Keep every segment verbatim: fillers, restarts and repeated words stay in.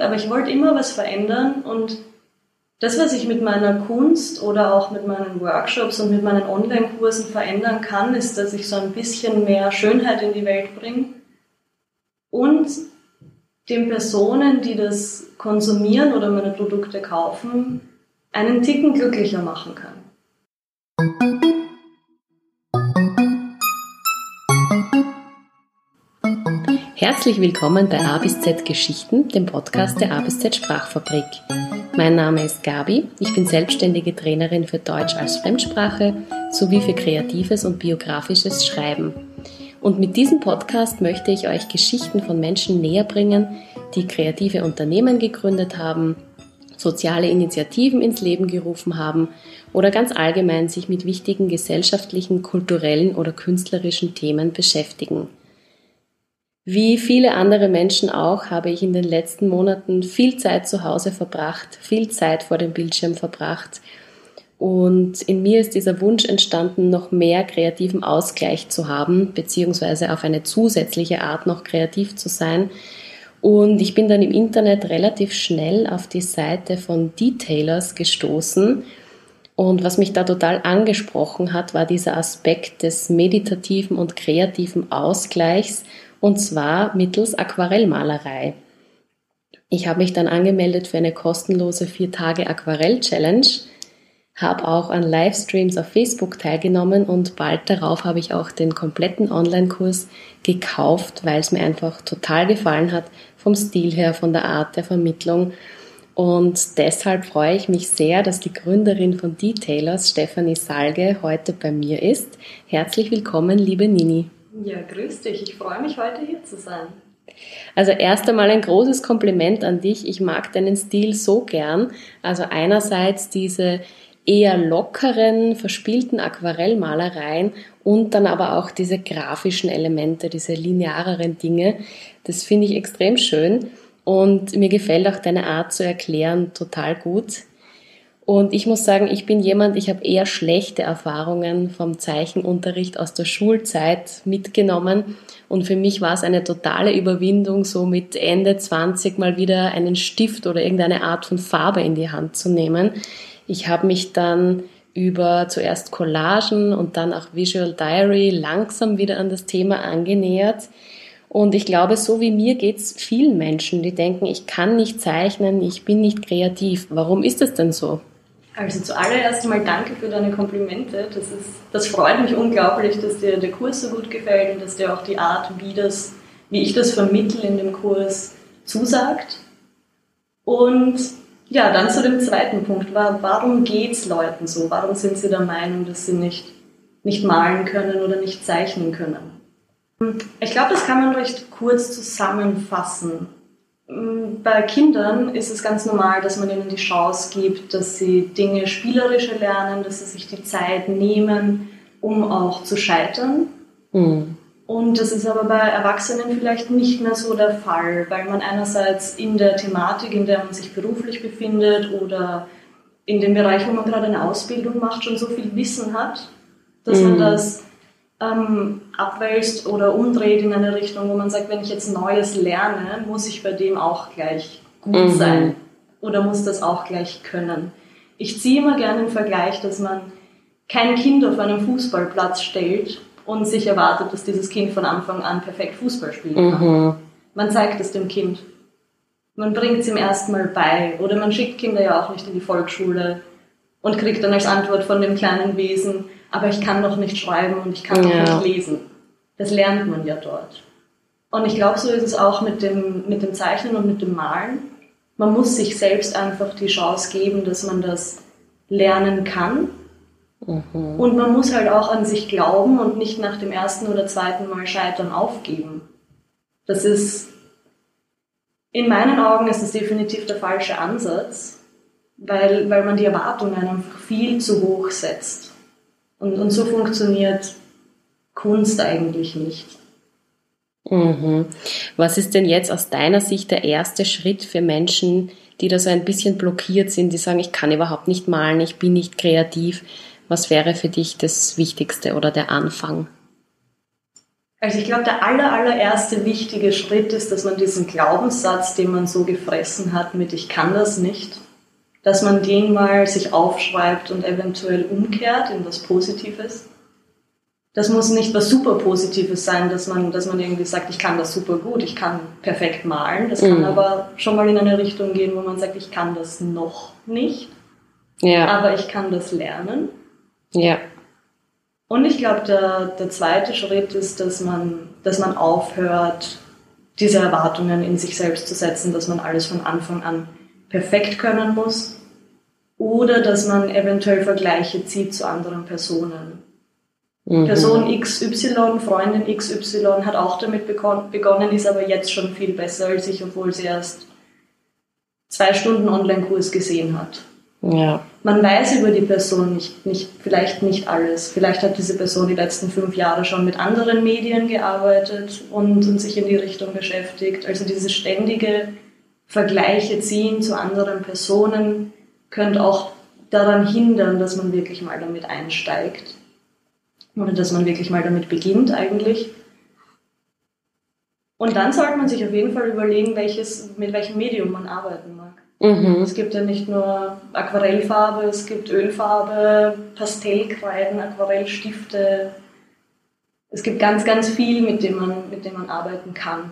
aber ich wollte immer was verändern und das, was ich mit meiner Kunst oder auch mit meinen Workshops und mit meinen Online-Kursen verändern kann, ist, dass ich so ein bisschen mehr Schönheit in die Welt bringe und den Personen, die das konsumieren oder meine Produkte kaufen, einen Ticken glücklicher machen kann. Herzlich willkommen bei A bis Z Geschichten, dem Podcast der A bis Z Sprachfabrik. Mein Name ist Gabi, ich bin selbstständige Trainerin für Deutsch als Fremdsprache sowie für kreatives und biografisches Schreiben. Und mit diesem Podcast möchte ich euch Geschichten von Menschen näher bringen, die kreative Unternehmen gegründet haben, soziale Initiativen ins Leben gerufen haben oder ganz allgemein sich mit wichtigen gesellschaftlichen, kulturellen oder künstlerischen Themen beschäftigen. Wie viele andere Menschen auch habe ich in den letzten Monaten viel Zeit zu Hause verbracht, viel Zeit vor dem Bildschirm verbracht und in mir ist dieser Wunsch entstanden, noch mehr kreativen Ausgleich zu haben, beziehungsweise auf eine zusätzliche Art noch kreativ zu sein. Und ich bin dann im Internet relativ schnell auf die Seite von Detailers gestoßen. Und was mich da total angesprochen hat, war dieser Aspekt des meditativen und kreativen Ausgleichs, und zwar mittels Aquarellmalerei. Ich habe mich dann angemeldet für eine kostenlose vier Tage Aquarell-Challenge, habe auch an Livestreams auf Facebook teilgenommen und bald darauf habe ich auch den kompletten Online-Kurs gekauft, weil es mir einfach total gefallen hat, vom Stil her, von der Art der Vermittlung. Und deshalb freue ich mich sehr, dass die Gründerin von Detailers, Stefanie Salge, heute bei mir ist. Herzlich willkommen, liebe Nini. Ja, grüß dich. Ich freue mich, heute hier zu sein. Also erst einmal ein großes Kompliment an dich. Ich mag deinen Stil so gern. Also einerseits diese eher lockeren, verspielten Aquarellmalereien und dann aber auch diese grafischen Elemente, diese lineareren Dinge. Das finde ich extrem schön und mir gefällt auch deine Art zu erklären total gut. Und ich muss sagen, ich bin jemand, ich habe eher schlechte Erfahrungen vom Zeichenunterricht aus der Schulzeit mitgenommen. Und für mich war es eine totale Überwindung, so mit Ende zwanzig mal wieder einen Stift oder irgendeine Art von Farbe in die Hand zu nehmen. Ich habe mich dann über zuerst Collagen und dann auch Visual Diary langsam wieder an das Thema angenähert. Und ich glaube, so wie mir geht's vielen Menschen, die denken, ich kann nicht zeichnen, ich bin nicht kreativ. Warum ist das denn so? Also zuallererst einmal danke für deine Komplimente. Das ist, das freut mich unglaublich, dass dir der Kurs so gut gefällt und dass dir auch die Art, wie, das, wie ich das vermittle in dem Kurs, zusagt. Und ja, dann zu dem zweiten Punkt. Warum geht's Leuten so? Warum sind sie der Meinung, dass sie nicht, nicht malen können oder nicht zeichnen können? Ich glaube, das kann man recht kurz zusammenfassen. Bei Kindern ist es ganz normal, dass man ihnen die Chance gibt, dass sie Dinge spielerischer lernen, dass sie sich die Zeit nehmen, um auch zu scheitern. Mhm. Und das ist aber bei Erwachsenen vielleicht nicht mehr so der Fall, weil man einerseits in der Thematik, in der man sich beruflich befindet oder in dem Bereich, wo man gerade eine Ausbildung macht, schon so viel Wissen hat, dass mhm. man das ähm, abwälzt oder umdreht in eine Richtung, wo man sagt, wenn ich jetzt Neues lerne, muss ich bei dem auch gleich gut mhm. sein oder muss das auch gleich können. Ich ziehe immer gerne den Vergleich, dass man kein Kind auf einen Fußballplatz stellt und sich erwartet, dass dieses Kind von Anfang an perfekt Fußball spielen kann. Mhm. Man zeigt es dem Kind. Man bringt es ihm erstmal bei. Oder man schickt Kinder ja auch nicht in die Volksschule und kriegt dann als Antwort von dem kleinen Wesen, aber ich kann doch nicht schreiben und ich kann doch ja. nicht lesen. Das lernt man ja dort. Und ich glaube, so ist es auch mit dem, mit dem Zeichnen und mit dem Malen. Man muss sich selbst einfach die Chance geben, dass man das lernen kann. Mhm. Und man muss halt auch an sich glauben und nicht nach dem ersten oder zweiten Mal scheitern aufgeben. Das ist, in meinen Augen ist das definitiv der falsche Ansatz, weil, weil man die Erwartungen einfach viel zu hoch setzt. Und, und so funktioniert Kunst eigentlich nicht. Mhm. Was ist denn jetzt aus deiner Sicht der erste Schritt für Menschen, die da so ein bisschen blockiert sind, die sagen, ich kann überhaupt nicht malen, ich bin nicht kreativ? Was wäre für dich das Wichtigste oder der Anfang? Also ich glaube, der aller, allererste wichtige Schritt ist, dass man diesen Glaubenssatz, den man so gefressen hat mit ich kann das nicht, dass man den mal sich aufschreibt und eventuell umkehrt in was Positives. Das muss nicht was super Positives sein, dass man, dass man irgendwie sagt, ich kann das super gut, ich kann perfekt malen. Das kann mhm. aber schon mal in eine Richtung gehen, wo man sagt, ich kann das noch nicht, ja. aber ich kann das lernen. Ja. Und ich glaube, der, der zweite Schritt ist, dass man, dass man aufhört, diese Erwartungen in sich selbst zu setzen, dass man alles von Anfang an perfekt können muss oder dass man eventuell Vergleiche zieht zu anderen Personen. Mhm. Person X Y, Freundin X Y hat auch damit begonnen, ist aber jetzt schon viel besser als ich, obwohl sie erst zwei Stunden Online-Kurs gesehen hat. Ja. Man weiß über die Person nicht, nicht, vielleicht nicht alles. Vielleicht hat diese Person die letzten fünf Jahre schon mit anderen Medien gearbeitet und, und sich in die Richtung beschäftigt. Also diese ständige Vergleiche ziehen zu anderen Personen könnte auch daran hindern, dass man wirklich mal damit einsteigt. Oder dass man wirklich mal damit beginnt eigentlich. Und dann sollte man sich auf jeden Fall überlegen, welches, mit welchem Medium man arbeiten mag. Mhm. Es gibt ja nicht nur Aquarellfarbe, es gibt Ölfarbe, Pastellkreiden, Aquarellstifte. Es gibt ganz, ganz viel, mit dem man, mit dem man arbeiten kann.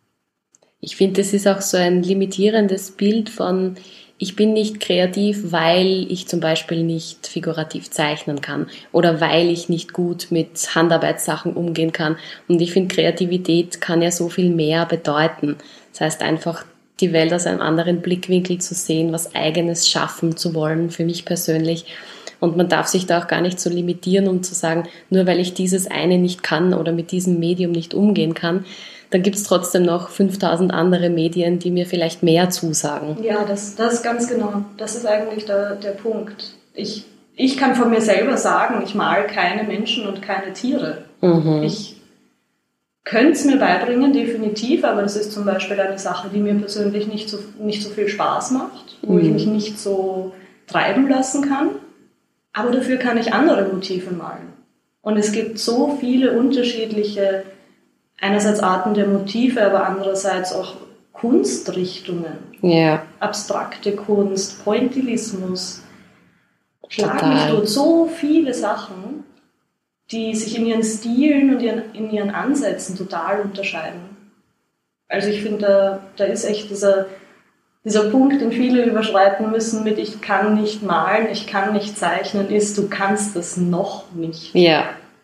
Ich finde, das ist auch so ein limitierendes Bild von, ich bin nicht kreativ, weil ich zum Beispiel nicht figurativ zeichnen kann oder weil ich nicht gut mit Handarbeitssachen umgehen kann. Und ich finde, Kreativität kann ja so viel mehr bedeuten. Das heißt einfach, die Welt aus einem anderen Blickwinkel zu sehen, was Eigenes schaffen zu wollen, für mich persönlich. Und man darf sich da auch gar nicht so limitieren, um zu sagen, nur weil ich dieses eine nicht kann oder mit diesem Medium nicht umgehen kann, dann gibt es trotzdem noch fünftausend andere Medien, die mir vielleicht mehr zusagen. Ja, das, das ist ganz genau. Das ist eigentlich der, der Punkt. Ich, ich kann von mir selber sagen, ich male keine Menschen und keine Tiere. Mhm. Ich könnte es mir beibringen, definitiv, aber das ist zum Beispiel eine Sache, die mir persönlich nicht so, nicht so viel Spaß macht, wo mhm. ich mich nicht so treiben lassen kann. Aber dafür kann ich andere Motive malen. Und es gibt so viele unterschiedliche, einerseits Arten der Motive, aber andererseits auch Kunstrichtungen. Ja. Abstrakte Kunst, Pointillismus. Schlag mich tot, so viele Sachen, die sich in ihren Stilen und ihren, in ihren Ansätzen total unterscheiden. Also ich finde, da, da ist echt dieser, dieser Punkt, den viele überschreiten müssen mit ich kann nicht malen, ich kann nicht zeichnen, ist, du kannst das noch nicht. Ja.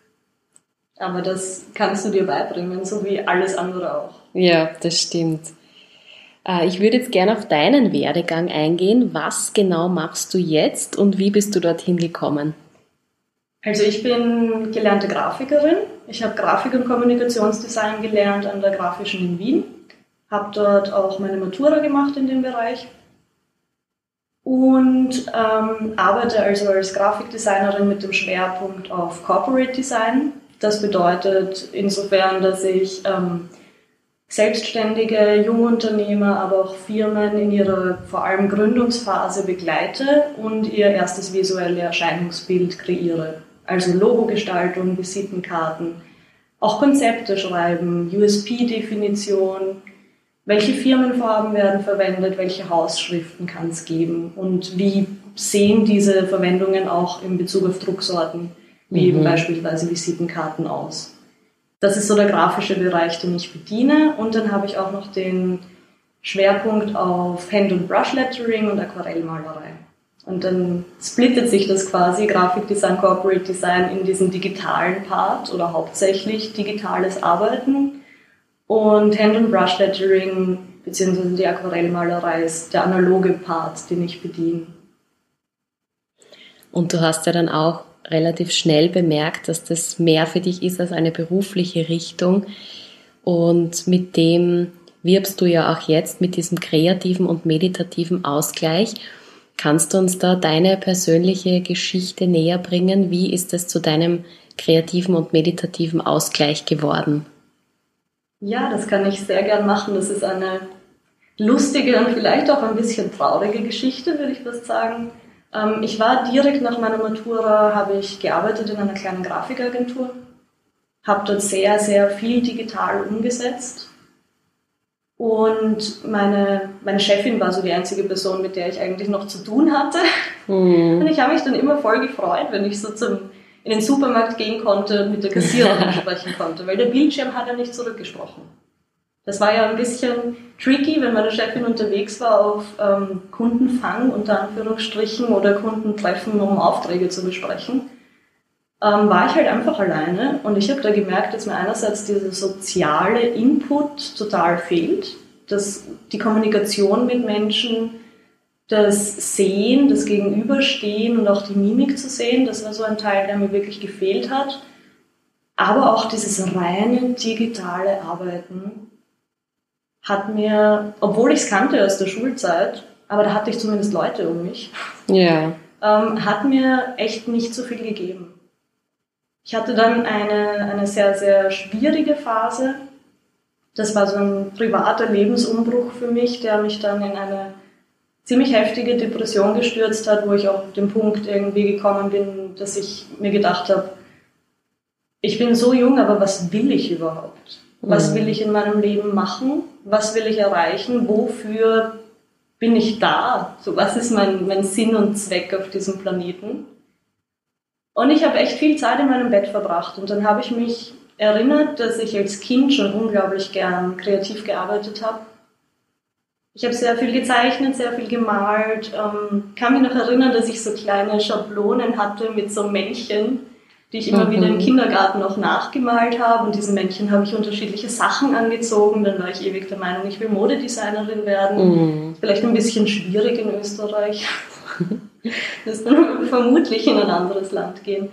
Aber das kannst du dir beibringen, so wie alles andere auch. Ja, das stimmt. Ich würde jetzt gerne auf deinen Werdegang eingehen. Was genau machst du jetzt und wie bist du dorthin gekommen? Also ich bin gelernte Grafikerin. Ich habe Grafik- und Kommunikationsdesign gelernt an der Grafischen in Wien. Habe dort auch meine Matura gemacht in dem Bereich. Und ähm, arbeite also als Grafikdesignerin mit dem Schwerpunkt auf Corporate Design. Das bedeutet insofern, dass ich ähm, Selbstständige, Jungunternehmer, aber auch Firmen in ihrer vor allem Gründungsphase begleite und ihr erstes visuelles Erscheinungsbild kreiere. Also Logogestaltung, Visitenkarten, auch Konzepte schreiben, U S P-Definition, welche Firmenfarben werden verwendet, welche Hausschriften kann es geben und wie sehen diese Verwendungen auch in Bezug auf Drucksorten, wie mhm. beispielsweise Visitenkarten aus. Das ist so der grafische Bereich, den ich bediene. Und dann habe ich auch noch den Schwerpunkt auf Hand- und Brush-Lettering und Aquarellmalerei. Und dann splittet sich das quasi, Grafikdesign, Corporate Design, in diesen digitalen Part oder hauptsächlich digitales Arbeiten. Und Hand- und Brush-Lettering bzw. die Aquarellmalerei ist der analoge Part, den ich bediene. Und du hast ja dann auch relativ schnell bemerkt, dass das mehr für dich ist als eine berufliche Richtung. Und mit dem wirbst du ja auch jetzt mit diesem kreativen und meditativen Ausgleich. Kannst du uns da deine persönliche Geschichte näher bringen? Wie ist es zu deinem kreativen und meditativen Ausgleich geworden? Ja, das kann ich sehr gern machen. Das ist eine lustige und vielleicht auch ein bisschen traurige Geschichte, würde ich fast sagen. Ich war direkt nach meiner Matura, habe ich gearbeitet in einer kleinen Grafikagentur, habe dort sehr, sehr viel digital umgesetzt. Und meine, meine Chefin war so die einzige Person, mit der ich eigentlich noch zu tun hatte. Mhm. Und ich habe mich dann immer voll gefreut, wenn ich so zum, in den Supermarkt gehen konnte und mit der Kassiererin sprechen konnte, weil der Bildschirm hat ja nicht zurückgesprochen. Das war ja ein bisschen tricky, wenn meine Chefin unterwegs war auf ähm, Kundenfang, unter Anführungsstrichen, oder Kundentreffen, um Aufträge zu besprechen. Ähm, war ich halt einfach alleine und ich habe da gemerkt, dass mir einerseits dieser soziale Input total fehlt, dass die Kommunikation mit Menschen, das Sehen, das Gegenüberstehen und auch die Mimik zu sehen, das war so ein Teil, der mir wirklich gefehlt hat, aber auch dieses reine digitale Arbeiten hat mir, obwohl ich es kannte aus der Schulzeit, aber da hatte ich zumindest Leute um mich, ja. ähm, hat mir echt nicht so viel gegeben. Ich hatte dann eine, eine sehr, sehr schwierige Phase. Das war so ein privater Lebensumbruch für mich, der mich dann in eine ziemlich heftige Depression gestürzt hat, wo ich auch auf den Punkt irgendwie gekommen bin, dass ich mir gedacht habe, ich bin so jung, aber was will ich überhaupt? Was will ich in meinem Leben machen? Was will ich erreichen? Wofür bin ich da? So, was ist mein, mein Sinn und Zweck auf diesem Planeten? Und ich habe echt viel Zeit in meinem Bett verbracht. Und dann habe ich mich erinnert, dass ich als Kind schon unglaublich gern kreativ gearbeitet habe. Ich habe sehr viel gezeichnet, sehr viel gemalt. Ähm, kann mich noch erinnern, dass ich so kleine Schablonen hatte mit so Männchen, die ich immer mhm. wieder im Kindergarten noch nachgemalt habe. Und diesen Männchen habe ich unterschiedliche Sachen angezogen. Dann war ich ewig der Meinung, ich will Modedesignerin werden. Mhm. Vielleicht ein bisschen schwierig in Österreich. Das dann vermutlich in ein anderes Land gehen.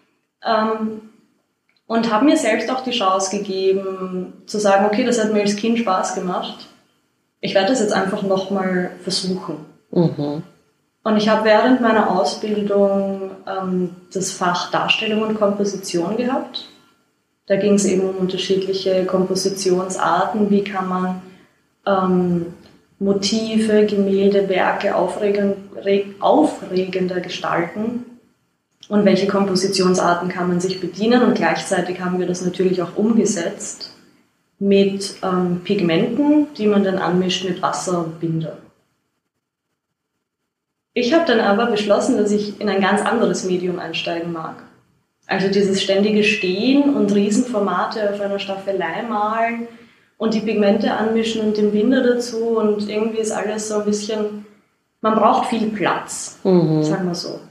Ähm, und habe mir selbst auch die Chance gegeben, zu sagen, okay, das hat mir als Kind Spaß gemacht. Ich werde das jetzt einfach nochmal versuchen. Mhm. Und ich habe während meiner Ausbildung ähm, das Fach Darstellung und Komposition gehabt. Da ging es eben um unterschiedliche Kompositionsarten. Wie kann man ähm, Motive, Gemälde, Werke aufregend, aufregender gestalten und welche Kompositionsarten kann man sich bedienen, und gleichzeitig haben wir das natürlich auch umgesetzt mit ähm, Pigmenten, die man dann anmischt mit Wasser und Binder. Ich habe dann aber beschlossen, dass ich in ein ganz anderes Medium einsteigen mag. Also dieses ständige Stehen und Riesenformate auf einer Staffelei malen und die Pigmente anmischen und den Binder dazu, und irgendwie ist alles so ein bisschen, man braucht viel Platz, mhm. sagen wir so.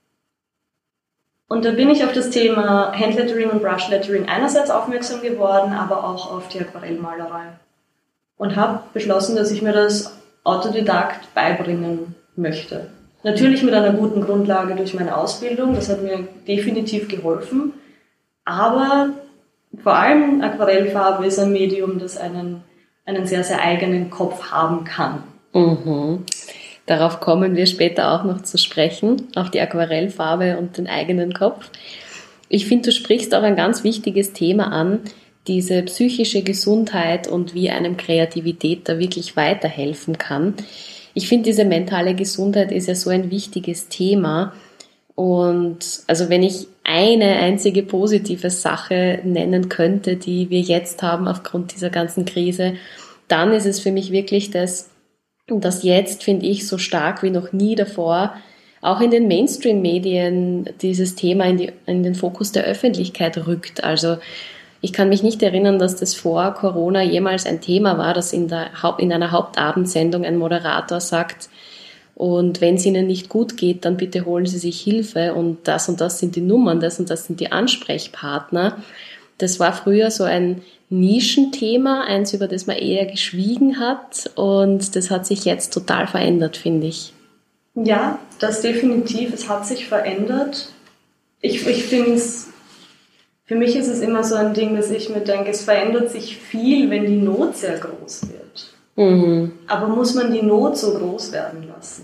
Und da bin ich auf das Thema Handlettering und Brushlettering einerseits aufmerksam geworden, aber auch auf die Aquarellmalerei. Und habe beschlossen, dass ich mir das Autodidakt beibringen möchte. Natürlich mit einer guten Grundlage durch meine Ausbildung, das hat mir definitiv geholfen, aber vor allem Aquarellfarbe ist ein Medium, das einen, einen sehr, sehr eigenen Kopf haben kann. Mhm. Darauf kommen wir später auch noch zu sprechen, auf die Aquarellfarbe und den eigenen Kopf. Ich finde, du sprichst auch ein ganz wichtiges Thema an, diese psychische Gesundheit und wie einem Kreativität da wirklich weiterhelfen kann. Ich finde, diese mentale Gesundheit ist ja so ein wichtiges Thema. Und also wenn ich eine einzige positive Sache nennen könnte, die wir jetzt haben aufgrund dieser ganzen Krise, dann ist es für mich wirklich das, dass jetzt, finde ich, so stark wie noch nie davor auch in den Mainstream-Medien dieses Thema in, die, in den Fokus der Öffentlichkeit rückt. Also ich kann mich nicht erinnern, dass das vor Corona jemals ein Thema war, dass in, der Haupt, in einer Hauptabendsendung ein Moderator sagt, und wenn es Ihnen nicht gut geht, dann bitte holen Sie sich Hilfe, und das und das sind die Nummern, das und das sind die Ansprechpartner. Das war früher so ein Nischenthema, eins, über das man eher geschwiegen hat, und das hat sich jetzt total verändert, finde ich. Ja, das definitiv, es hat sich verändert. Ich, ich finde es, für mich ist es immer so ein Ding, dass ich mir denke, es verändert sich viel, wenn die Not sehr groß wird. Mhm. Aber muss man die Not so groß werden lassen?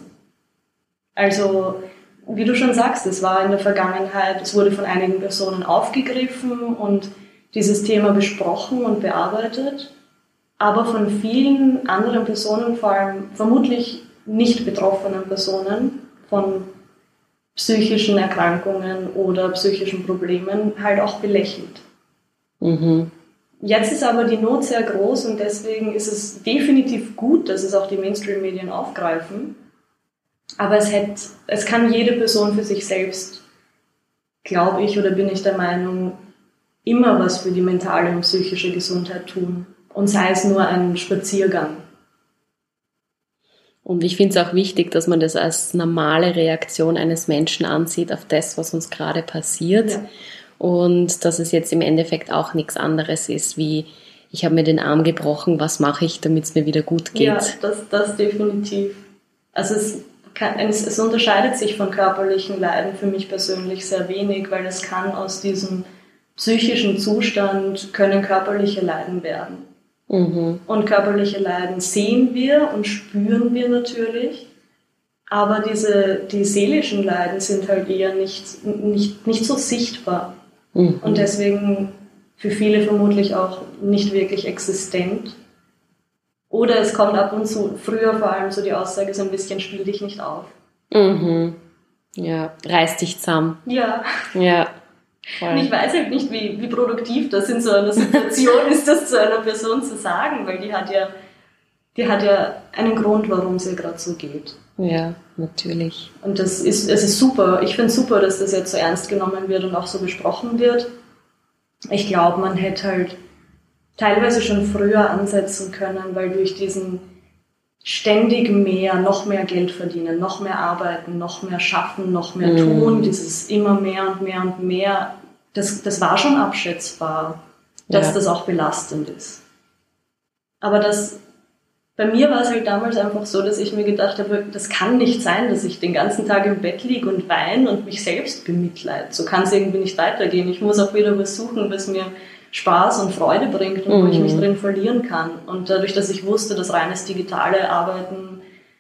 Also, wie du schon sagst, es war in der Vergangenheit, es wurde von einigen Personen aufgegriffen und dieses Thema besprochen und bearbeitet, aber von vielen anderen Personen, vor allem vermutlich nicht betroffenen Personen von psychischen Erkrankungen oder psychischen Problemen, halt auch belächelt. Mhm. Jetzt ist aber die Not sehr groß und deswegen ist es definitiv gut, dass es auch die Mainstream-Medien aufgreifen. Aber es, hätte, es kann jede Person für sich selbst, glaube ich, oder bin ich der Meinung, immer was für die mentale und psychische Gesundheit tun. Und sei es nur ein Spaziergang. Und ich finde es auch wichtig, dass man das als normale Reaktion eines Menschen ansieht auf das, was uns gerade passiert. Ja. Und dass es jetzt im Endeffekt auch nichts anderes ist, wie ich habe mir den Arm gebrochen, was mache ich, damit es mir wieder gut geht? Ja, das, das definitiv. Also es, kann, es, es unterscheidet sich von körperlichen Leiden für mich persönlich sehr wenig, weil es kann aus diesem psychischen Zustand können körperliche Leiden werden. Mhm. Und körperliche Leiden sehen wir und spüren wir natürlich, aber diese, die seelischen Leiden sind halt eher nicht, nicht, nicht so sichtbar Mhm. und deswegen für viele vermutlich auch nicht wirklich existent. Oder es kommt ab und zu, früher vor allem so die Aussage so ein bisschen, spiel dich nicht auf. Mhm. Ja, reiß dich zusammen. Ja. Ja. Voll. Und ich weiß halt nicht, wie, wie produktiv das in so einer Situation ist, das zu einer Person zu sagen, weil die hat ja, die hat ja einen Grund, warum es ihr gerade so geht. Ja, natürlich. Und das ist, es ist super. Ich finde es super, dass das jetzt so ernst genommen wird und auch so besprochen wird. Ich glaube, man hätte halt teilweise schon früher ansetzen können, weil durch diesen ständig mehr, noch mehr Geld verdienen, noch mehr arbeiten, noch mehr schaffen, noch mehr Mhm. tun, dieses immer mehr und mehr und mehr, das, das war schon abschätzbar, dass Ja. das auch belastend ist. Aber das, bei mir war es halt damals einfach so, dass ich mir gedacht habe, das kann nicht sein, dass ich den ganzen Tag im Bett liege und weine und mich selbst bemitleide. So kann es irgendwie nicht weitergehen. Ich muss auch wieder was suchen, was mir Spaß und Freude bringt und wo ich mich drin verlieren kann. Und dadurch, dass ich wusste, dass reines digitale Arbeiten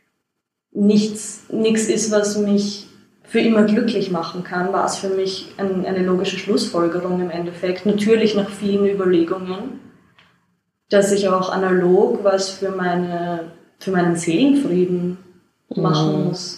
nichts, nichts ist, was mich für immer glücklich machen kann, war es für mich ein, eine logische Schlussfolgerung im Endeffekt. Natürlich nach vielen Überlegungen, dass ich auch analog was für, meine, für meinen Seelenfrieden machen Mhm. muss.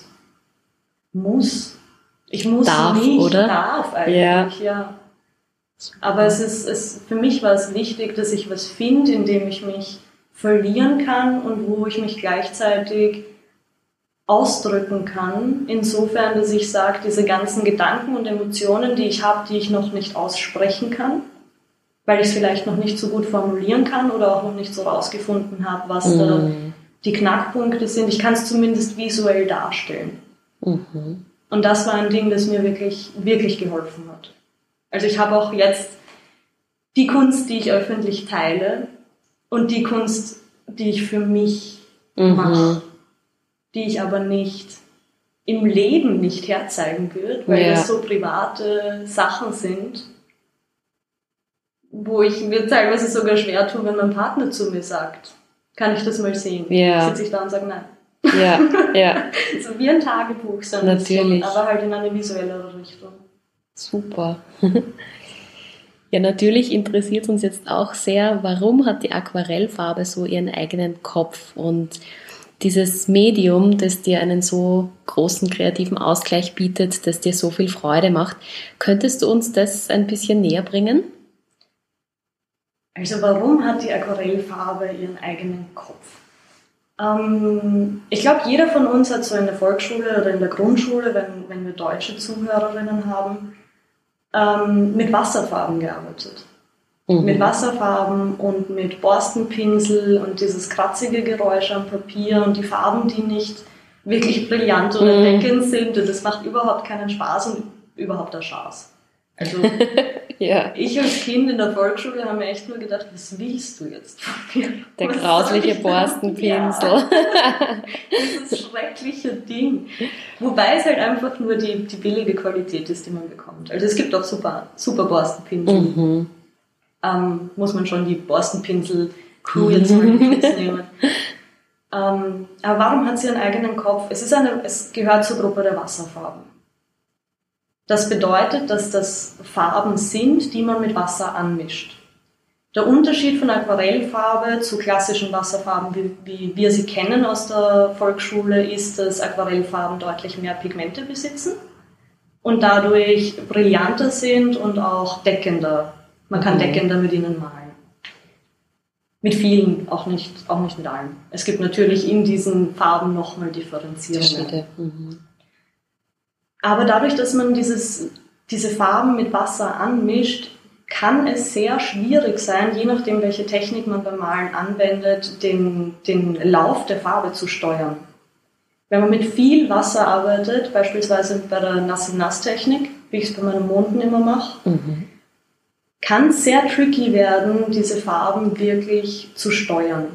Muss. Ich muss Darf, nicht, oder? darf eigentlich, ja. ja. Aber es ist, es, für mich war es wichtig, dass ich was finde, in dem ich mich verlieren kann und wo ich mich gleichzeitig ausdrücken kann, insofern, dass ich sage, diese ganzen Gedanken und Emotionen, die ich habe, die ich noch nicht aussprechen kann, weil ich es vielleicht noch nicht so gut formulieren kann oder auch noch nicht so rausgefunden habe, was Mhm. da die Knackpunkte sind. Ich kann es zumindest visuell darstellen. Mhm. Und das war ein Ding, das mir wirklich, wirklich geholfen hat. Also ich habe auch jetzt die Kunst, die ich öffentlich teile und die Kunst, die ich für mich Mhm. mache, die ich aber nicht im Leben nicht herzeigen würde, weil Ja. das so private Sachen sind, wo ich mir teilweise sogar schwer tue, wenn mein Partner zu mir sagt, kann ich das mal sehen? Ja. Sitze ich da und sage nein. Ja, ja, So wie ein Tagebuch, so ein Natürlich. bisschen, aber halt in eine visuellere Richtung. super. Ja, natürlich interessiert uns jetzt auch sehr, warum hat die Aquarellfarbe so ihren eigenen Kopf und dieses Medium, das dir einen so großen kreativen Ausgleich bietet, das dir so viel Freude macht. Könntest du uns das ein bisschen näher bringen? Also warum hat die Aquarellfarbe ihren eigenen Kopf? Ähm, ich glaube, jeder von uns hat so in der Volksschule oder in der Grundschule, wenn, wenn wir deutsche Zuhörerinnen haben, ähm, mit Wasserfarben gearbeitet. Mhm. Mit Wasserfarben und mit Borstenpinsel und dieses kratzige Geräusch am Papier und die Farben, die nicht wirklich brillant oder Mhm. deckend sind. Und das macht überhaupt keinen Spaß und überhaupt der Spaß. Also Ja, ich als Kind in der Volksschule habe mir echt nur gedacht, was willst du jetzt von mir? der Was grausliche soll ich da- Borstenpinsel. Ja, dieses schreckliche Ding. Wobei es halt einfach nur die, die billige Qualität ist, die man bekommt. Also es gibt auch super, super Borstenpinsel. Mhm. Ähm, muss man schon die Borstenpinsel-Crew jetzt mal in Schutz nehmen. Ähm, aber warum hat sie einen eigenen Kopf? Es, ist eine, es gehört zur Gruppe der Wasserfarben. Das bedeutet, dass das Farben sind, die man mit Wasser anmischt. Der Unterschied von Aquarellfarbe zu klassischen Wasserfarben, wie, wie wir sie kennen aus der Volksschule, ist, dass Aquarellfarben deutlich mehr Pigmente besitzen und dadurch brillanter sind und auch deckender Man kann Mhm. deckender mit ihnen malen. Mit vielen, auch nicht, auch nicht mit allen. Es gibt natürlich in diesen Farben nochmal Differenzierungen. Unterschiede. Mhm. Aber dadurch, dass man dieses, diese Farben mit Wasser anmischt, kann es sehr schwierig sein, je nachdem, welche Technik man beim Malen anwendet, den, den Lauf der Farbe zu steuern. Wenn man mit viel Wasser arbeitet, beispielsweise bei der Nass-in-Nass-Technik, wie ich es bei meinen Monden immer mache, Mhm. kann es sehr tricky werden, diese Farben wirklich zu steuern.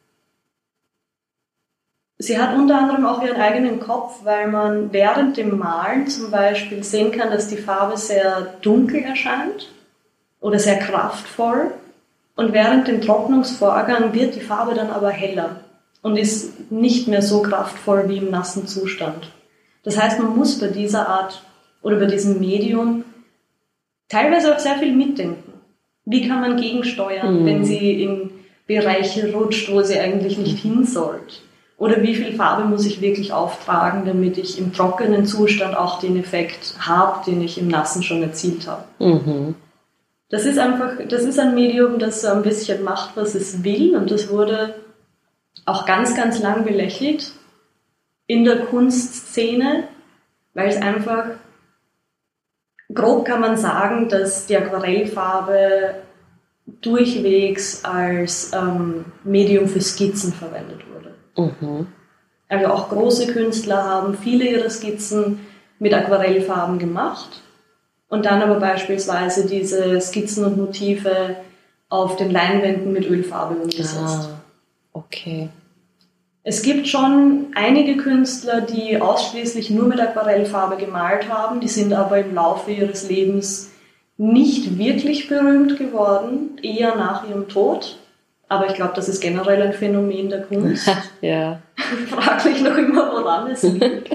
Sie hat unter anderem auch ihren eigenen Kopf, weil man während dem Malen zum Beispiel sehen kann, dass die Farbe sehr dunkel erscheint oder sehr kraftvoll. Und während dem Trocknungsvorgang wird die Farbe dann aber heller und ist nicht mehr so kraftvoll wie im nassen Zustand. Das heißt, man muss bei dieser Art oder bei diesem Medium teilweise auch sehr viel mitdenken. Wie kann man gegensteuern, Mhm. wenn sie in Bereiche rutscht, wo sie eigentlich nicht hin sollte? Oder wie viel Farbe muss ich wirklich auftragen, damit ich im trockenen Zustand auch den Effekt habe, den ich im Nassen schon erzielt habe? Mhm. Das ist einfach, das ist ein Medium, das so ein bisschen macht, was es will, und das wurde auch ganz, ganz lang belächelt in der Kunstszene, weil es einfach, grob kann man sagen, dass die Aquarellfarbe durchwegs als ähm, Medium für Skizzen verwendet wurde. Mhm. Also auch große Künstler haben viele ihrer Skizzen mit Aquarellfarben gemacht und dann aber beispielsweise diese Skizzen und Motive auf den Leinwänden mit Ölfarbe umgesetzt. Ah, okay. Es gibt schon einige Künstler, die ausschließlich nur mit Aquarellfarbe gemalt haben, die sind aber im Laufe ihres Lebens nicht wirklich berühmt geworden, eher nach ihrem Tod. Aber ich glaube, das ist generell ein Phänomen der Kunst. Ja. Fraglich noch immer, woran es liegt.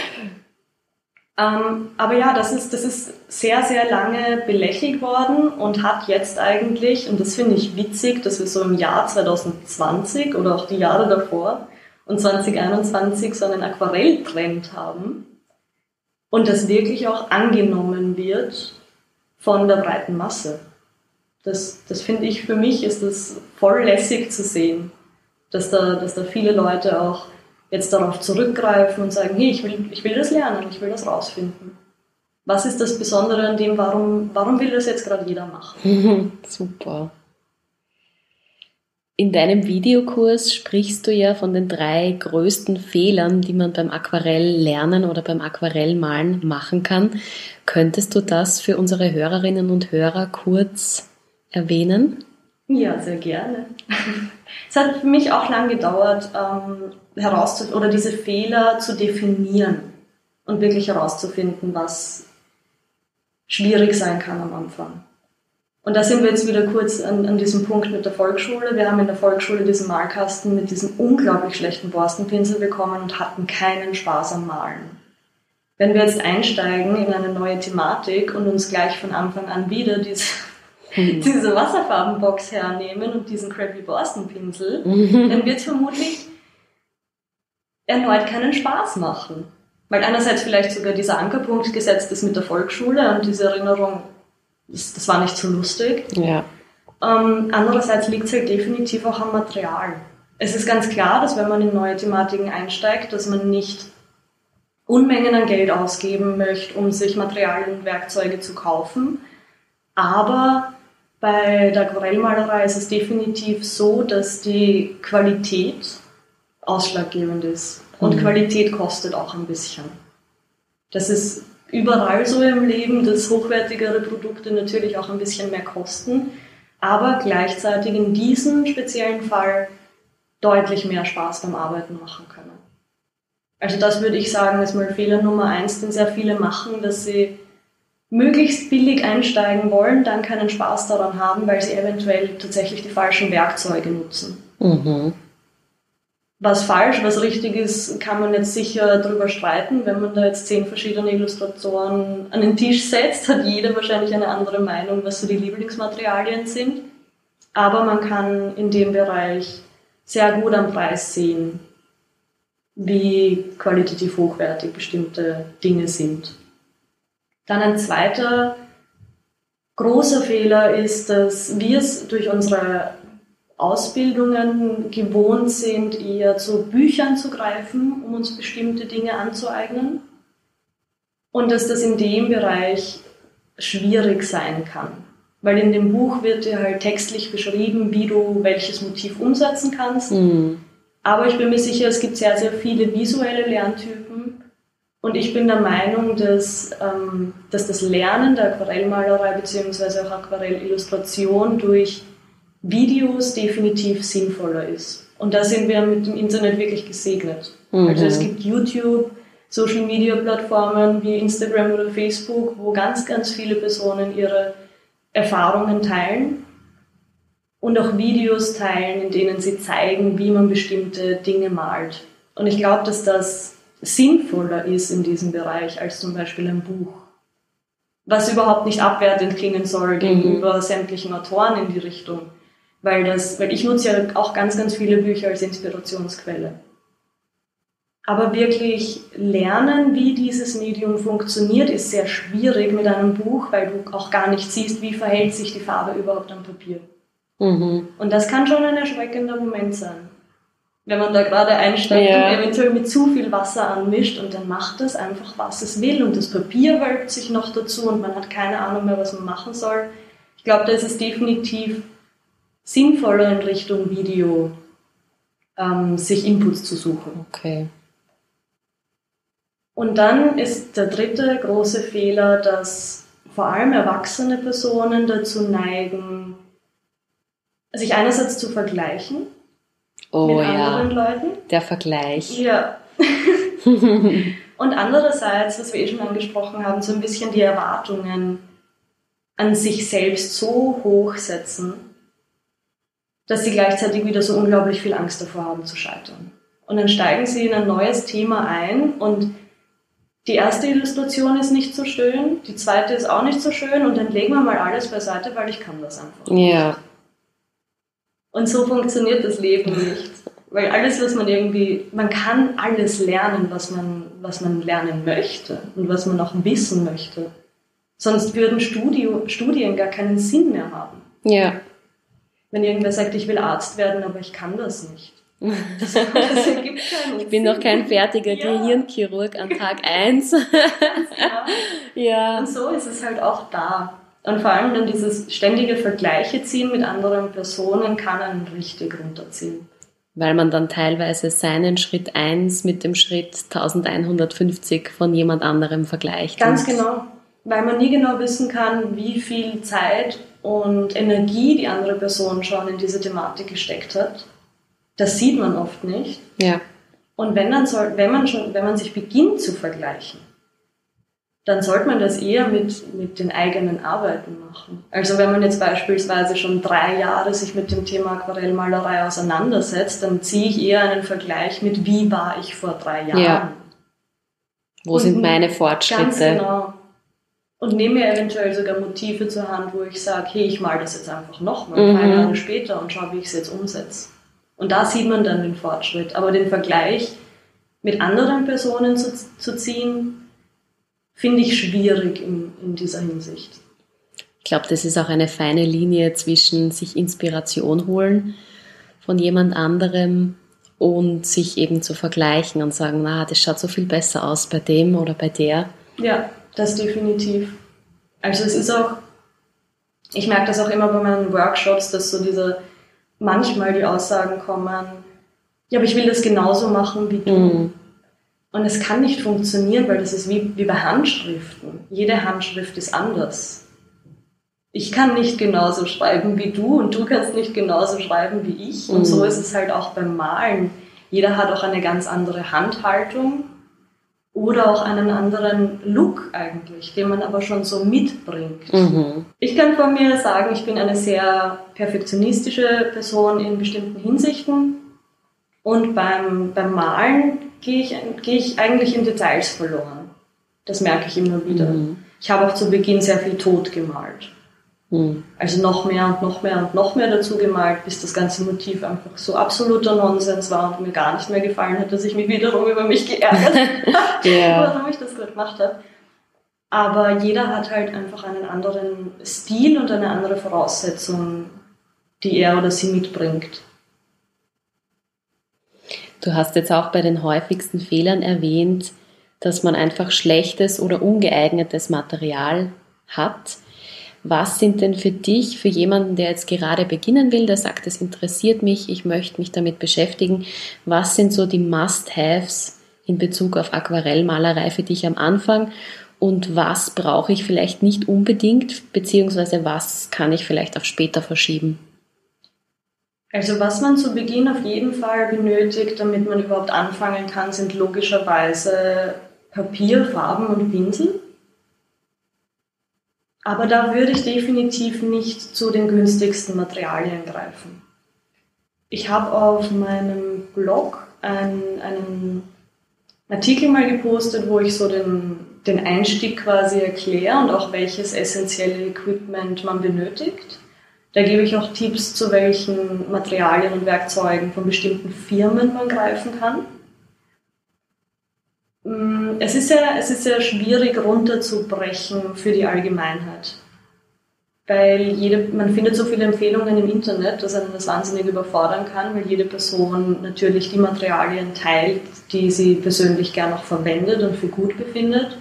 ähm, aber ja, das ist, das ist sehr, sehr lange belächelt worden und hat jetzt eigentlich, und das finde ich witzig, dass wir so im Jahr zwanzig zwanzig oder auch die Jahre davor und zwanzig einundzwanzig so einen Aquarelltrend haben und das wirklich auch angenommen wird von der breiten Masse. Das, das finde ich, für mich ist das voll lässig zu sehen, dass da, dass da viele Leute auch jetzt darauf zurückgreifen und sagen, hey, ich will, ich will das lernen, ich will das rausfinden. Was ist das Besondere an dem, warum, warum will das jetzt gerade jeder machen? Super. In deinem Videokurs sprichst du ja von den drei größten Fehlern, die man beim Aquarelllernen oder beim Aquarellmalen machen kann. Könntest du das für unsere Hörerinnen und Hörer kurz erwähnen? Ja, sehr gerne. Es hat für mich auch lang gedauert, ähm, herauszufinden oder diese Fehler zu definieren und wirklich herauszufinden, was schwierig sein kann am Anfang. Und da sind wir jetzt wieder kurz an, an diesem Punkt mit der Volksschule. Wir haben in der Volksschule diesen Malkasten mit diesem unglaublich schlechten Borstenpinsel bekommen und hatten keinen Spaß am Malen. Wenn wir jetzt einsteigen in eine neue Thematik und uns gleich von Anfang an wieder diese, hm. diese Wasserfarbenbox hernehmen und diesen crappy Borstenpinsel, mhm. dann wird es vermutlich erneut keinen Spaß machen. Weil einerseits vielleicht sogar dieser Ankerpunkt gesetzt ist mit der Volksschule und diese Erinnerung, das, das war nicht so lustig. Ja. Ähm, andererseits liegt es halt definitiv auch am Material. Es ist ganz klar, dass wenn man in neue Thematiken einsteigt, dass man nicht Unmengen an Geld ausgeben möchte, um sich Materialien und Werkzeuge zu kaufen. Aber bei der Aquarellmalerei ist es definitiv so, dass die Qualität ausschlaggebend ist. Und mhm. Qualität kostet auch ein bisschen. Das ist überall so im Leben, dass hochwertigere Produkte natürlich auch ein bisschen mehr kosten, aber gleichzeitig in diesem speziellen Fall deutlich mehr Spaß beim Arbeiten machen können. Also das würde ich sagen, ist mal Fehler Nummer eins, den sehr viele machen, dass sie möglichst billig einsteigen wollen, dann keinen Spaß daran haben, weil sie eventuell tatsächlich die falschen Werkzeuge nutzen. Mhm. Was falsch, was richtig ist, kann man jetzt sicher drüber streiten. Wenn man da jetzt zehn verschiedene Illustratoren an den Tisch setzt, hat jeder wahrscheinlich eine andere Meinung, was so die Lieblingsmaterialien sind. Aber man kann in dem Bereich sehr gut am Preis sehen, wie qualitativ hochwertig bestimmte Dinge sind. Dann ein zweiter großer Fehler ist, dass wir es durch unsere Ausbildungen gewohnt sind, eher zu Büchern zu greifen, um uns bestimmte Dinge anzueignen. Und dass das in dem Bereich schwierig sein kann. Weil in dem Buch wird dir halt textlich beschrieben, wie du welches Motiv umsetzen kannst. Mhm. Aber ich bin mir sicher, es gibt sehr, sehr viele visuelle Lerntypen. Und ich bin der Meinung, dass, ähm, dass das Lernen der Aquarellmalerei bzw. auch Aquarellillustration durch Videos definitiv sinnvoller ist. Und da sind wir mit dem Internet wirklich gesegnet. Mhm. Also es gibt YouTube, Social-Media-Plattformen wie Instagram oder Facebook, wo ganz, ganz viele Personen ihre Erfahrungen teilen und auch Videos teilen, in denen sie zeigen, wie man bestimmte Dinge malt. Und ich glaube, dass das sinnvoller ist in diesem Bereich als zum Beispiel ein Buch. Was überhaupt nicht abwertend klingen soll gegenüber mhm. sämtlichen Autoren in die Richtung. Weil, das, weil ich nutze ja auch ganz, ganz viele Bücher als Inspirationsquelle. Aber wirklich lernen, wie dieses Medium funktioniert, ist sehr schwierig mit einem Buch, weil du auch gar nicht siehst, wie verhält sich die Farbe überhaupt am Papier. Mhm. Und das kann schon ein erschreckender Moment sein. Wenn man da gerade einsteigt ja. und eventuell mit zu viel Wasser anmischt und dann macht es einfach, was es will. Und das Papier wölbt sich noch dazu und man hat keine Ahnung mehr, was man machen soll. Ich glaube, da ist es definitiv sinnvoller in Richtung Video, ähm, sich Inputs zu suchen. Okay. Und dann ist der dritte große Fehler, dass vor allem erwachsene Personen dazu neigen, sich einerseits zu vergleichen oh, mit ja. anderen Leuten. Der Vergleich. Ja. Und andererseits, was wir eh schon angesprochen haben, so ein bisschen die Erwartungen an sich selbst so hoch setzen, dass sie gleichzeitig wieder so unglaublich viel Angst davor haben zu scheitern. Und dann steigen sie in ein neues Thema ein und die erste Illustration ist nicht so schön, die zweite ist auch nicht so schön und dann legen wir mal alles beiseite, weil ich kann das einfach nicht. Ja. Und so funktioniert das Leben nicht. Weil alles, was man irgendwie, man kann alles lernen, was man, was man lernen möchte und was man auch wissen möchte. Sonst würden Studio, Studien gar keinen Sinn mehr haben. Ja. Wenn irgendwer sagt, ich will Arzt werden, aber ich kann das nicht. Das, das ergibt keinen Ich bin Sinn. noch kein fertiger ja. Gehirnchirurg an Tag eins. Ja. Ja. Und so ist es halt auch da. Und vor allem dann dieses ständige Vergleiche ziehen mit anderen Personen kann einen richtig runterziehen. Weil man dann teilweise seinen Schritt eins mit dem Schritt elfhundertfünfzig von jemand anderem vergleicht. Ganz genau. Weil man nie genau wissen kann, wie viel Zeit und Energie die andere Person schon in diese Thematik gesteckt hat. Das sieht man oft nicht. Ja. Und wenn, dann soll, wenn, man schon, wenn man sich beginnt zu vergleichen, dann sollte man das eher mit, mit den eigenen Arbeiten machen. Also wenn man jetzt beispielsweise schon drei Jahre sich mit dem Thema Aquarellmalerei auseinandersetzt, dann ziehe ich eher einen Vergleich mit, wie war ich vor drei Jahren. Ja. Wo Und sind meine Fortschritte? Ganz genau. Und nehme mir eventuell sogar Motive zur Hand, wo ich sage, hey, ich male das jetzt einfach nochmal, mhm. drei Jahre später und schaue, wie ich es jetzt umsetze. Und da sieht man dann den Fortschritt. Aber den Vergleich mit anderen Personen zu, zu ziehen, finde ich schwierig in, in dieser Hinsicht. Ich glaube, das ist auch eine feine Linie zwischen sich Inspiration holen von jemand anderem und sich eben zu vergleichen und sagen, na, das schaut so viel besser aus bei dem oder bei der. Ja, das definitiv. Also es ist auch, ich merke das auch immer bei meinen Workshops, dass so diese manchmal die Aussagen kommen, ja, aber ich will das genauso machen wie du. Mhm. Und es kann nicht funktionieren, weil das ist wie, wie bei Handschriften. Jede Handschrift ist anders. Ich kann nicht genauso schreiben wie du und du kannst nicht genauso schreiben wie ich. Und mhm. so ist es halt auch beim Malen. Jeder hat auch eine ganz andere Handhaltung oder auch einen anderen Look eigentlich, den man aber schon so mitbringt. Mhm. Ich kann von mir sagen, ich bin eine sehr perfektionistische Person in bestimmten Hinsichten und beim, beim Malen gehe ich, gehe ich eigentlich in Details verloren. Das merke ich immer wieder. Mhm. Ich habe auch zu Beginn sehr viel tot gemalt. Mhm. Also noch mehr und noch mehr und noch mehr dazu gemalt, bis das ganze Motiv einfach so absoluter Nonsens war und mir gar nicht mehr gefallen hat, dass ich mich wiederum über mich geärgert habe, yeah. warum ich das gerade gemacht habe. Aber jeder hat halt einfach einen anderen Stil und eine andere Voraussetzung, die er oder sie mitbringt. Du hast jetzt auch bei den häufigsten Fehlern erwähnt, dass man einfach schlechtes oder ungeeignetes Material hat. Was sind denn für dich, für jemanden, der jetzt gerade beginnen will, der sagt, es interessiert mich, ich möchte mich damit beschäftigen, was sind so die Must-Haves in Bezug auf Aquarellmalerei für dich am Anfang und was brauche ich vielleicht nicht unbedingt, beziehungsweise was kann ich vielleicht auf später verschieben? Also was man zu Beginn auf jeden Fall benötigt, damit man überhaupt anfangen kann, sind logischerweise Papier, Farben und Pinsel. Aber da würde ich definitiv nicht zu den günstigsten Materialien greifen. Ich habe auf meinem Blog einen, einen Artikel mal gepostet, wo ich so den, den Einstieg quasi erkläre und auch welches essentielle Equipment man benötigt. Da gebe ich auch Tipps, zu welchen Materialien und Werkzeugen von bestimmten Firmen man greifen kann. Es ist ja, es ist ja schwierig runterzubrechen für die Allgemeinheit, weil jede, man findet so viele Empfehlungen im Internet, dass einen das wahnsinnig überfordern kann, weil jede Person natürlich die Materialien teilt, die sie persönlich gern auch verwendet und für gut befindet.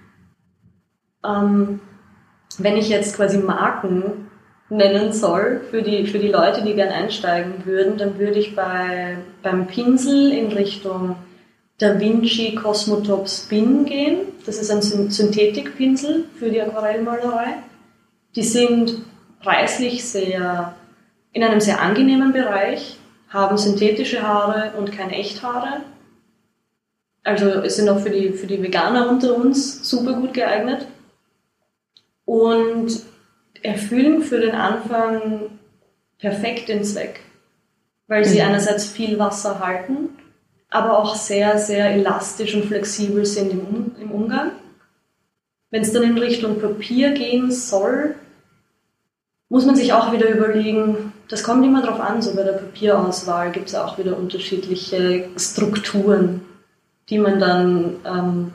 Ähm, wenn ich jetzt quasi Marken nennen soll für die, für die Leute, die gern einsteigen würden, dann würde ich bei, beim Pinsel in Richtung Da Vinci Cosmotop Spin gehen. Das ist ein Synthetikpinsel für die Aquarellmalerei. Die sind preislich sehr, in einem sehr angenehmen Bereich, haben synthetische Haare und keine Echthaare. Also es sind auch für die, für die Veganer unter uns super gut geeignet. Und erfüllen für den Anfang perfekt den Zweck, weil sie mhm. einerseits viel Wasser halten, aber auch sehr, sehr elastisch und flexibel sind im, um- im Umgang. Wenn es dann in Richtung Papier gehen soll, muss man sich auch wieder überlegen, das kommt immer darauf an, so bei der Papierauswahl gibt es auch wieder unterschiedliche Strukturen, die man dann, ähm,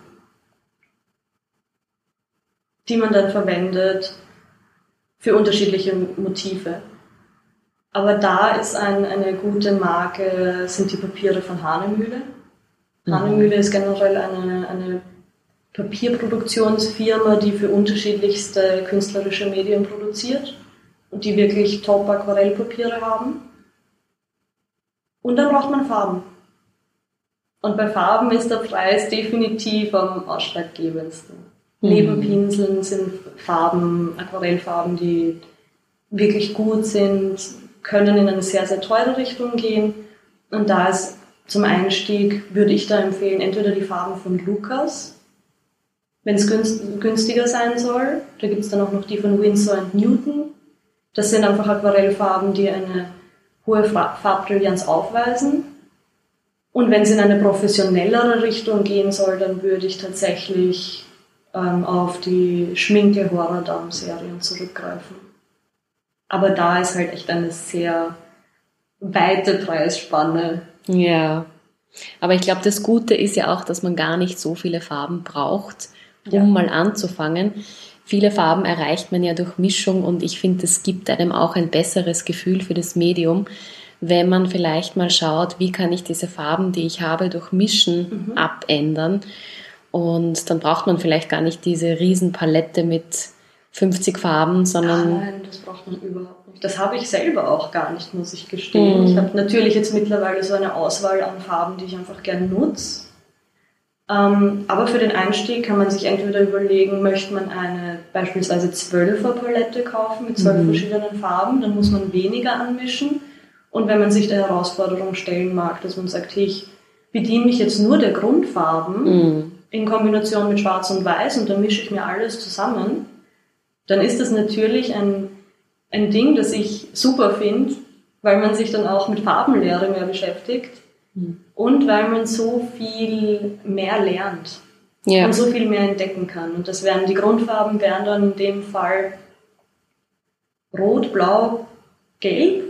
die man dann verwendet für unterschiedliche Motive. Aber da ist ein, eine gute Marke, sind die Papiere von Hanemühle. Mhm. Hanemühle ist generell eine, eine Papierproduktionsfirma, die für unterschiedlichste künstlerische Medien produziert und die wirklich top Aquarellpapiere haben. Und dann braucht man Farben. Und bei Farben ist der Preis definitiv am ausschlaggebendsten. Mhm. Neben Pinseln sind Farben, Aquarellfarben, die wirklich gut sind, können in eine sehr, sehr teure Richtung gehen. Und da ist zum Einstieg, würde ich da empfehlen, entweder die Farben von Lucas, wenn es günstiger sein soll. Da gibt es dann auch noch die von Winsor und Newton. Das sind einfach Aquarellfarben, die eine hohe Farbbrillanz aufweisen. Und wenn es in eine professionellere Richtung gehen soll, dann würde ich tatsächlich ähm, auf die Schminke-Horror-Dam-Serien zurückgreifen. Aber da ist halt echt eine sehr weite Preisspanne. Ja, aber ich glaube, das Gute ist ja auch, dass man gar nicht so viele Farben braucht, um ja. mal anzufangen. Viele Farben erreicht man ja durch Mischung und ich finde, es gibt einem auch ein besseres Gefühl für das Medium, wenn man vielleicht mal schaut, wie kann ich diese Farben, die ich habe, durch Mischen mhm. abändern. Und dann braucht man vielleicht gar nicht diese Riesenpalette mit fünfzig Farben, sondern... Nein, das braucht man überhaupt nicht. Das habe ich selber auch gar nicht, muss ich gestehen. Mm. Ich habe natürlich jetzt mittlerweile so eine Auswahl an Farben, die ich einfach gerne nutze. Ähm, aber für den Einstieg kann man sich entweder überlegen, möchte man eine beispielsweise zwölfer Palette kaufen mit zwölf mm. verschiedenen Farben, dann muss man weniger anmischen. Und wenn man sich der Herausforderung stellen mag, dass man sagt, hey, ich bediene mich jetzt nur der Grundfarben mm. in Kombination mit Schwarz und Weiß und dann mische ich mir alles zusammen, dann ist das natürlich ein, ein Ding, das ich super finde, weil man sich dann auch mit Farbenlehre mehr beschäftigt mhm. und weil man so viel mehr lernt ja. und so viel mehr entdecken kann. Und das wären die Grundfarben wären dann in dem Fall Rot, Blau, Gelb,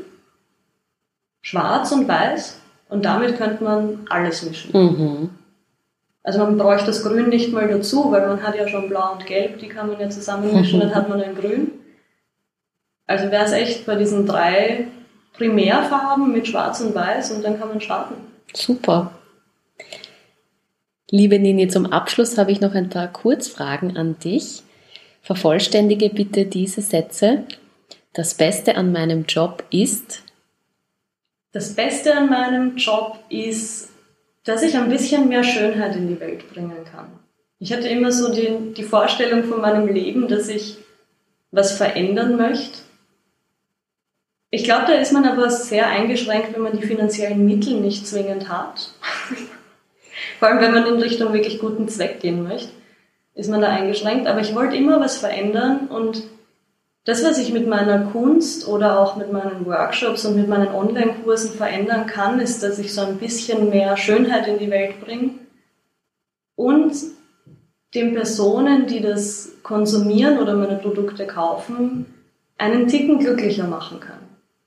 Schwarz und Weiß und damit könnte man alles mischen. Mhm. Also man bräuchte das Grün nicht mal dazu, weil man hat ja schon Blau und Gelb, die kann man ja zusammenmischen, dann hat man ein Grün. Also wäre es echt bei diesen drei Primärfarben mit Schwarz und Weiß und dann kann man starten. Super. Liebe Nini, zum Abschluss habe ich noch ein paar Kurzfragen an dich. Vervollständige bitte diese Sätze. Das Beste an meinem Job ist? Das Beste an meinem Job ist, dass ich ein bisschen mehr Schönheit in die Welt bringen kann. Ich hatte immer so die, die Vorstellung von meinem Leben, dass ich was verändern möchte. Ich glaube, da ist man aber sehr eingeschränkt, wenn man die finanziellen Mittel nicht zwingend hat. Vor allem, wenn man in Richtung wirklich guten Zweck gehen möchte, ist man da eingeschränkt. Aber ich wollte immer was verändern und das, was ich mit meiner Kunst oder auch mit meinen Workshops und mit meinen Online-Kursen verändern kann, ist, dass ich so ein bisschen mehr Schönheit in die Welt bringe und den Personen, die das konsumieren oder meine Produkte kaufen, einen Ticken glücklicher machen kann.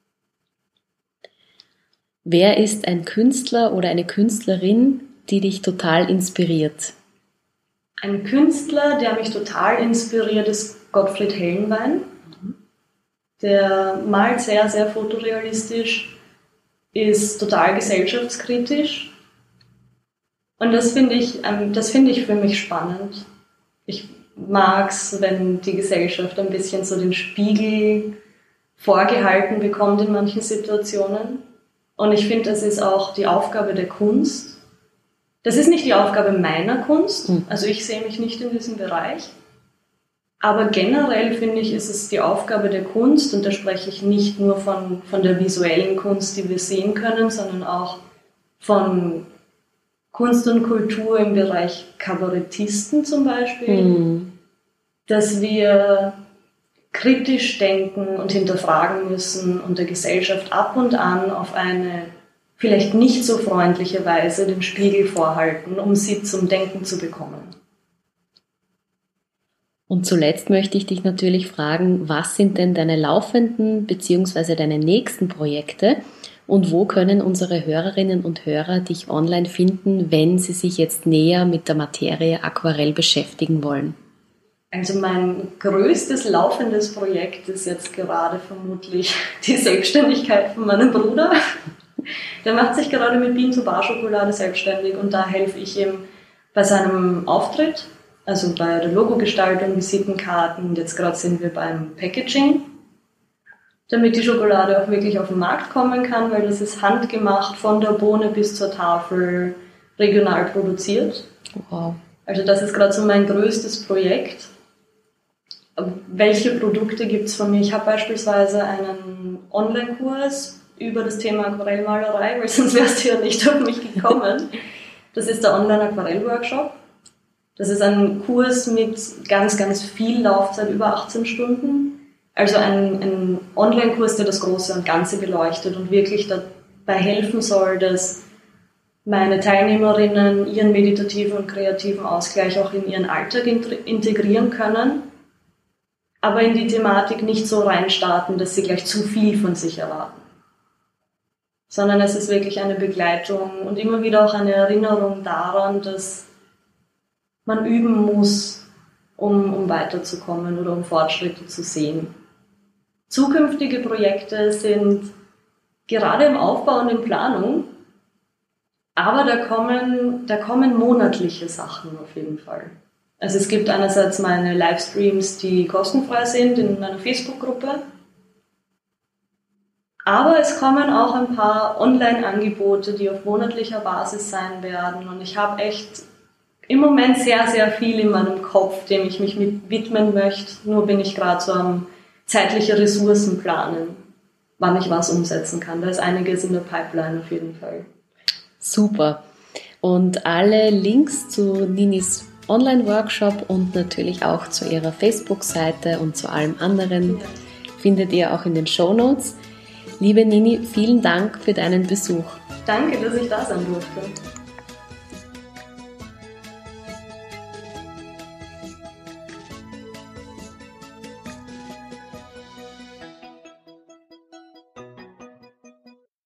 Wer ist ein Künstler oder eine Künstlerin, die dich total inspiriert? Ein Künstler, der mich total inspiriert, ist Gottfried Hellenwein. Der malt sehr, sehr fotorealistisch, ist total gesellschaftskritisch. Und das finde ich, das finde ich für mich spannend. Ich mag es, wenn die Gesellschaft ein bisschen so den Spiegel vorgehalten bekommt in manchen Situationen. Und ich finde, das ist auch die Aufgabe der Kunst. Das ist nicht die Aufgabe meiner Kunst, also ich sehe mich nicht in diesem Bereich. Aber generell finde ich, ist es die Aufgabe der Kunst, und da spreche ich nicht nur von, von der visuellen Kunst, die wir sehen können, sondern auch von Kunst und Kultur im Bereich Kabarettisten zum Beispiel, mhm. dass wir kritisch denken und hinterfragen müssen und der Gesellschaft ab und an auf eine vielleicht nicht so freundliche Weise den Spiegel vorhalten, um sie zum Denken zu bekommen. Und zuletzt möchte ich dich natürlich fragen, was sind denn deine laufenden bzw. deine nächsten Projekte und wo können unsere Hörerinnen und Hörer dich online finden, wenn sie sich jetzt näher mit der Materie Aquarell beschäftigen wollen? Also mein größtes laufendes Projekt ist jetzt gerade vermutlich die Selbstständigkeit von meinem Bruder. Der macht sich gerade mit Bean-to-Bar-Schokolade selbstständig und da helfe ich ihm bei seinem Auftritt. Also bei der Logogestaltung, Visitenkarten und jetzt gerade sind wir beim Packaging, damit die Schokolade auch wirklich auf den Markt kommen kann, weil das ist handgemacht, von der Bohne bis zur Tafel, regional produziert. Wow. Also das ist gerade so mein größtes Projekt. Welche Produkte gibt es von mir? Ich habe beispielsweise einen Online-Kurs über das Thema Aquarellmalerei, weil sonst wärst du ja nicht auf mich gekommen. Das ist der Online-Aquarell-Workshop. Das ist ein Kurs mit ganz, ganz viel Laufzeit, über achtzehn Stunden. Also ein, ein Online-Kurs, der das Große und Ganze beleuchtet und wirklich dabei helfen soll, dass meine Teilnehmerinnen ihren meditativen und kreativen Ausgleich auch in ihren Alltag integrieren können, aber in die Thematik nicht so reinstarten, dass sie gleich zu viel von sich erwarten. Sondern es ist wirklich eine Begleitung und immer wieder auch eine Erinnerung daran, dass man üben muss, um, um weiterzukommen oder um Fortschritte zu sehen. Zukünftige Projekte sind gerade im Aufbau und in Planung, aber da kommen, da kommen monatliche Sachen auf jeden Fall. Also es gibt einerseits meine Livestreams, die kostenfrei sind in meiner Facebook-Gruppe, aber es kommen auch ein paar Online-Angebote, die auf monatlicher Basis sein werden und ich habe echt im Moment sehr, sehr viel in meinem Kopf, dem ich mich mit widmen möchte. Nur bin ich gerade so am zeitliche Ressourcen planen, wann ich was umsetzen kann. Da ist einiges in der Pipeline auf jeden Fall. Super. Und alle Links zu Ninis Online-Workshop und natürlich auch zu ihrer Facebook-Seite und zu allem anderen ja. findet ihr auch in den Shownotes. Liebe Nini, vielen Dank für deinen Besuch. Danke, dass ich da sein durfte.